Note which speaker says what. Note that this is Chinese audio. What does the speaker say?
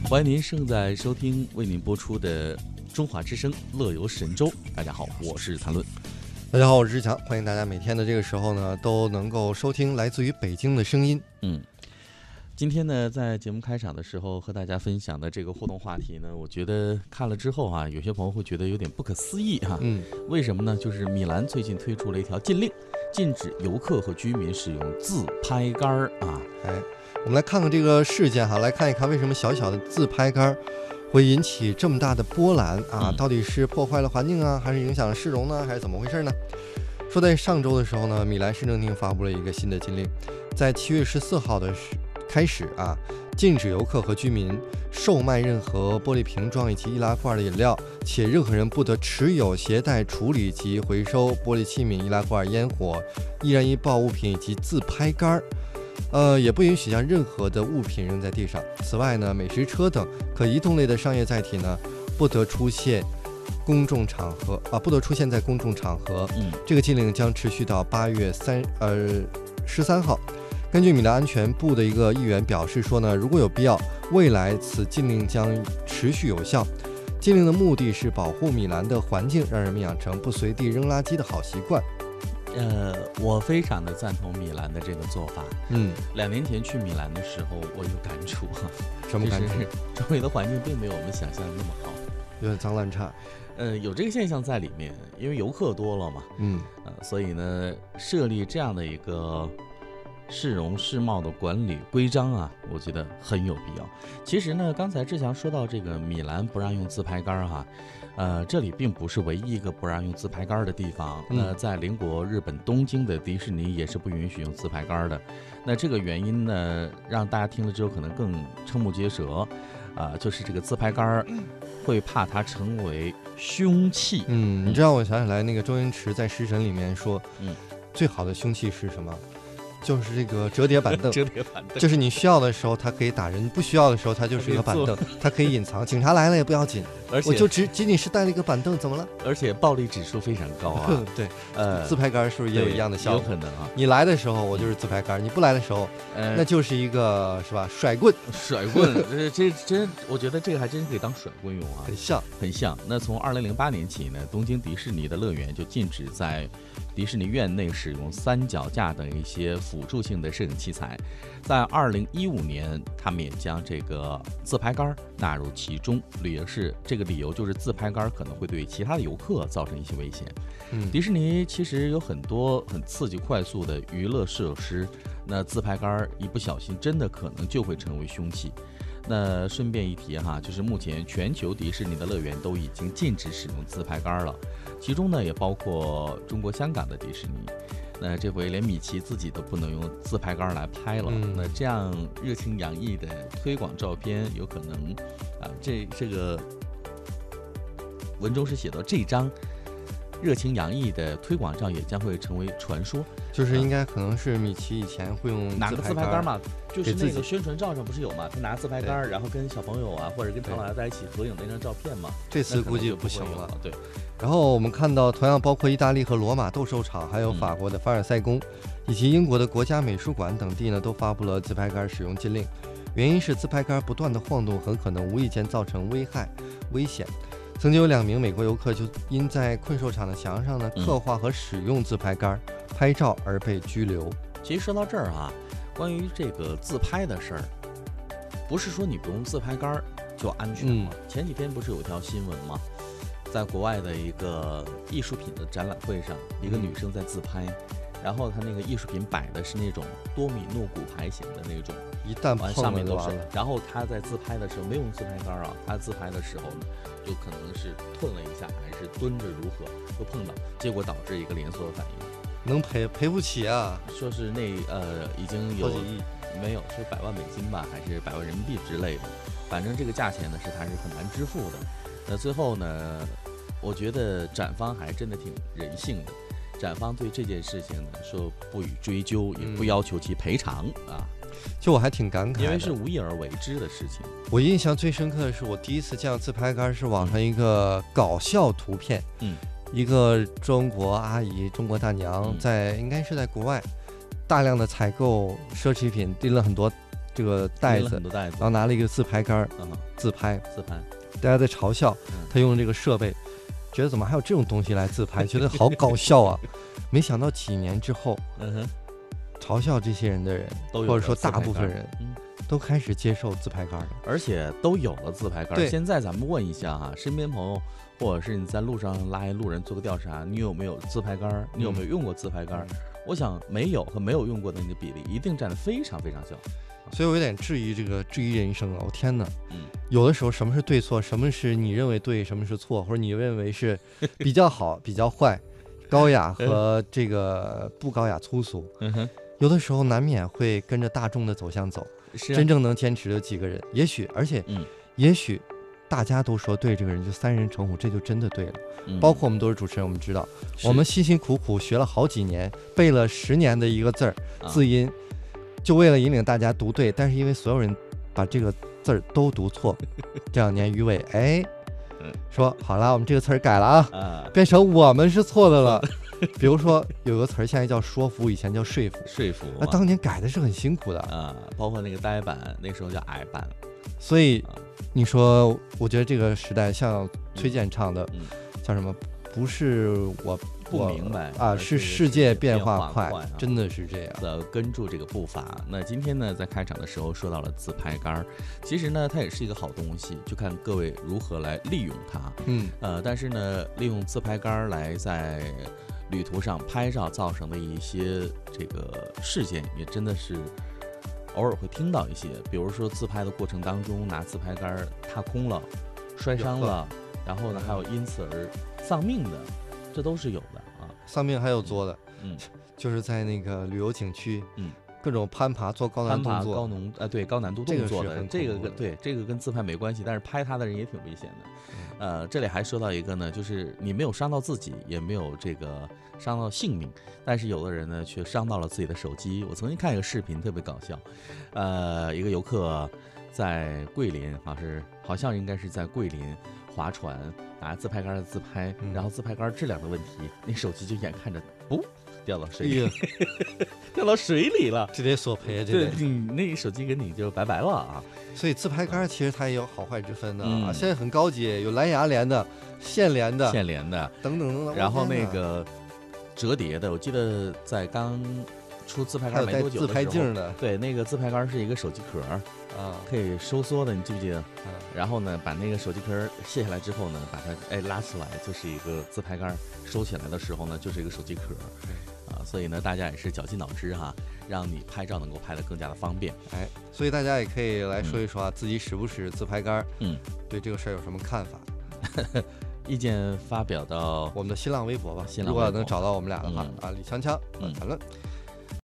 Speaker 1: 欢迎您正在收听为您播出的中华之声乐游神州。大家好，我是谭论。
Speaker 2: 大家好，我是志强，欢迎大家每天的这个时候呢都能够收听来自于北京的声音。
Speaker 1: 今天呢，在节目开场的时候和大家分享的这个互动话题呢，我觉得看了之后啊，有些朋友会觉得有点不可思议哈。为什么呢？就是米兰最近推出了一条禁令，禁止游客和居民使用自拍杆啊。
Speaker 2: 我们来看看这个事件哈，来看一看为什么小小的自拍杆会引起这么大的波澜啊？到底是破坏了环境啊，还是影响了市容呢，还是怎么回事呢？说在上周的时候呢，米兰市政厅发布了一个新的禁令，在7月14号的开始啊，禁止游客和居民售卖任何玻璃瓶装以及易拉罐的饮料，且任何人不得持有、携带、处理及回收玻璃器皿、易拉罐、烟火、易燃易爆物品以及自拍杆。也不允许将任何的物品扔在地上。此外呢，美食车等可移动类的商业载体呢，不得出现在公众场合。这个禁令将持续到8月13号。根据米兰安全部的一个议员表示说呢，如果有必要，未来此禁令将持续有效。禁令的目的是保护米兰的环境，让人们养成不随地扔垃圾的好习惯。
Speaker 1: 我非常的赞同米兰的这个做法。2年前去米兰的时候，我有感触哈。
Speaker 2: 什么感触？
Speaker 1: 周围的环境并没有我们想象的那么好，
Speaker 2: 有点脏乱差。
Speaker 1: 有这个现象在里面，因为游客多了嘛。所以呢，设立这样的一个市容市貌的管理规章啊，我觉得很有必要。其实呢，刚才志强说到这个米兰不让用自拍杆哈。这里并不是唯一一个不让用自拍杆的地方。在邻国日本东京的迪士尼也是不允许用自拍杆的。那这个原因呢，让大家听了之后可能更瞠目结舌，就是这个自拍杆会怕它成为凶器。
Speaker 2: 你知道我想起来那个周星驰在《食神》里面说，最好的凶器是什么？就是这个折叠板凳。折叠板凳就是你需要的时候它可以打人，不需要的时候它就是一个板凳，它可以隐藏，警察来了也不要紧。而且我就仅仅是带了一个板凳，怎么了？
Speaker 1: 而且暴力指数非常高啊。
Speaker 2: 对，自拍杆是不是也有一样的效果？
Speaker 1: 有可能啊。
Speaker 2: 你来的时候我就是自拍杆，你不来的时候，那就是一个是吧？甩棍。
Speaker 1: 这真，我觉得这个还真可以当甩棍用啊，很像。那从2008年起呢，东京迪士尼的乐园就禁止在迪士尼院内使用三脚架等一些辅助性的摄影器材。在2015年，他们也将这个自拍杆纳入其中，理由就是自拍杆可能会对其他的游客造成一些危险。迪士尼其实有很多很刺激快速的娱乐设施，那自拍杆一不小心真的可能就会成为凶器。那顺便一提哈，就是目前全球迪士尼的乐园都已经禁止使用自拍杆了，其中呢也包括中国香港的迪士尼。那这回连米奇自己都不能用自拍杆来拍了。那这样热情洋溢的推广照片，有可能这个文中是写到这张热情洋溢的推广照也将会成为传说。
Speaker 2: 就是应该可能是米奇以前会用
Speaker 1: 拿个自拍杆嘛，就是那个宣传照上不是有嘛，他拿自拍杆然后跟小朋友啊或者跟唐老鸭在一起合影那张照片嘛。
Speaker 2: 这次估计不行了。
Speaker 1: 对。
Speaker 2: 然后我们看到同样包括意大利和罗马斗兽场，还有法国的凡尔赛宫，以及英国的国家美术馆等地呢，都发布了自拍杆使用禁令。原因是自拍杆不断的晃动，很可能无意间造成危险。曾经有2名美国游客就因在困兽场的墙上呢刻画和使用自拍杆拍照而被拘留。
Speaker 1: 其实说到这儿啊，关于这个自拍的事儿，不是说你不用自拍杆就安全了。前几天不是有条新闻吗？在国外的一个艺术品的展览会上，一个女生在自拍，然后她那个艺术品摆的是那种多米诺骨牌型的那种，
Speaker 2: 一旦碰
Speaker 1: 上面都是。
Speaker 2: 完了。
Speaker 1: 然后她在自拍的时候没有用自拍杆啊，她自拍的时候呢，就可能是顿了一下，还是蹲着如何就碰到，结果导致一个连锁反应。
Speaker 2: 能赔不起啊！
Speaker 1: 说是已经有
Speaker 2: 好几亿，
Speaker 1: 没有是100万美金吧，还是100万人民币之类的，反正这个价钱呢是还是很难支付的。那最后呢，我觉得展方还真的挺人性的，展方对这件事情呢说不予追究，也不要求其赔偿啊。
Speaker 2: 就我还挺感慨的，
Speaker 1: 因为是无意而为之的事情。
Speaker 2: 我印象最深刻的是，我第一次见到自拍杆是网上一个搞笑图片，一个中国阿姨、中国大娘应该是在国外大量的采购奢侈品，订了很多这个袋子，然后拿了一个自拍杆自拍，大家在嘲笑他用这个设备，觉得怎么还有这种东西来自拍，觉得好搞笑啊！没想到几年之后，嘲笑这些人的人，或者说大部分人，都开始接受自拍杆了，
Speaker 1: 而且都有了自拍杆。现在咱们问一下哈，身边朋友，或者是你在路上拉一路人做个调查，你有没有自拍杆？你有没有用过自拍杆？我想没有和没有用过的那个比例一定占得非常非常小。
Speaker 2: 所以我有点质疑人生啊！我天哪，有的时候什么是对错，什么是你认为对，什么是错，或者你认为是比较好、比较坏、高雅和这个不高雅、粗俗，有的时候难免会跟着大众的走向走。真正能坚持的几个人，也许大家都说对这个人就三人成虎，这就真的对了。包括我们都是主持人，我们知道，我们辛辛苦苦学了好几年，背了10年的一个字儿字音，就为了引领大家读对，但是因为所有人把这个字儿都读错，这2年于伟说好了，我们这个词儿改了啊，变成我们是错的了。比如说有个词儿现在叫说服，以前叫说服，那当年改的是很辛苦的
Speaker 1: 包括那个呆板，那时候叫矮板。
Speaker 2: 所以你说，我觉得这个时代像崔健唱的，叫什么？不是我
Speaker 1: 不明白
Speaker 2: 是世界变化快，真的是这样。
Speaker 1: 跟住这个步伐。那今天呢，在开场的时候说到了自拍杆，其实呢，它也是一个好东西，就看各位如何来利用它。但是呢，利用自拍杆来在旅途上拍照造成的一些这个事件，也真的是偶尔会听到一些，比如说自拍的过程当中拿自拍杆踏空了、摔伤了，然后呢还有因此而丧命的，这都是有的啊。
Speaker 2: 丧命还有作的，就是在那个旅游景区，各种攀爬做高难动作，
Speaker 1: 高难度动作的，这个跟自拍没关系，但是拍他的人也挺危险的。这里还说到一个呢，就是你没有伤到自己，也没有这个伤到性命，但是有的人呢却伤到了自己的手机。我曾经看一个视频特别搞笑，一个游客在桂林好像应该是在桂林划船，拿自拍杆的自拍，然后自拍杆质量的问题，那手机就眼看着掉到水里，掉到水里了，
Speaker 2: 这得索赔。
Speaker 1: 对，你那手机跟你就拜拜了啊！
Speaker 2: 所以自拍杆其实它也有好坏之分的啊。现在很高级，有蓝牙连的、线连的等等。
Speaker 1: 然后那个折叠的，我记得在刚出自拍杆没多久的时候，
Speaker 2: 自拍镜的，
Speaker 1: 对，那个自拍杆是一个手机壳可以收缩的，你记不记得？然后呢，把那个手机壳卸下来之后呢，把它拉出来，就是一个自拍杆，收起来的时候呢，就是一个手机壳。所以呢，大家也是绞尽脑汁让你拍照能够拍得更加的方便。
Speaker 2: 所以大家也可以来说一说自己使不使自拍杆，对这个事儿有什么看法？
Speaker 1: 意见发表到
Speaker 2: 我们的新浪微博吧。如果能找到我们俩的话，李锵锵谈论。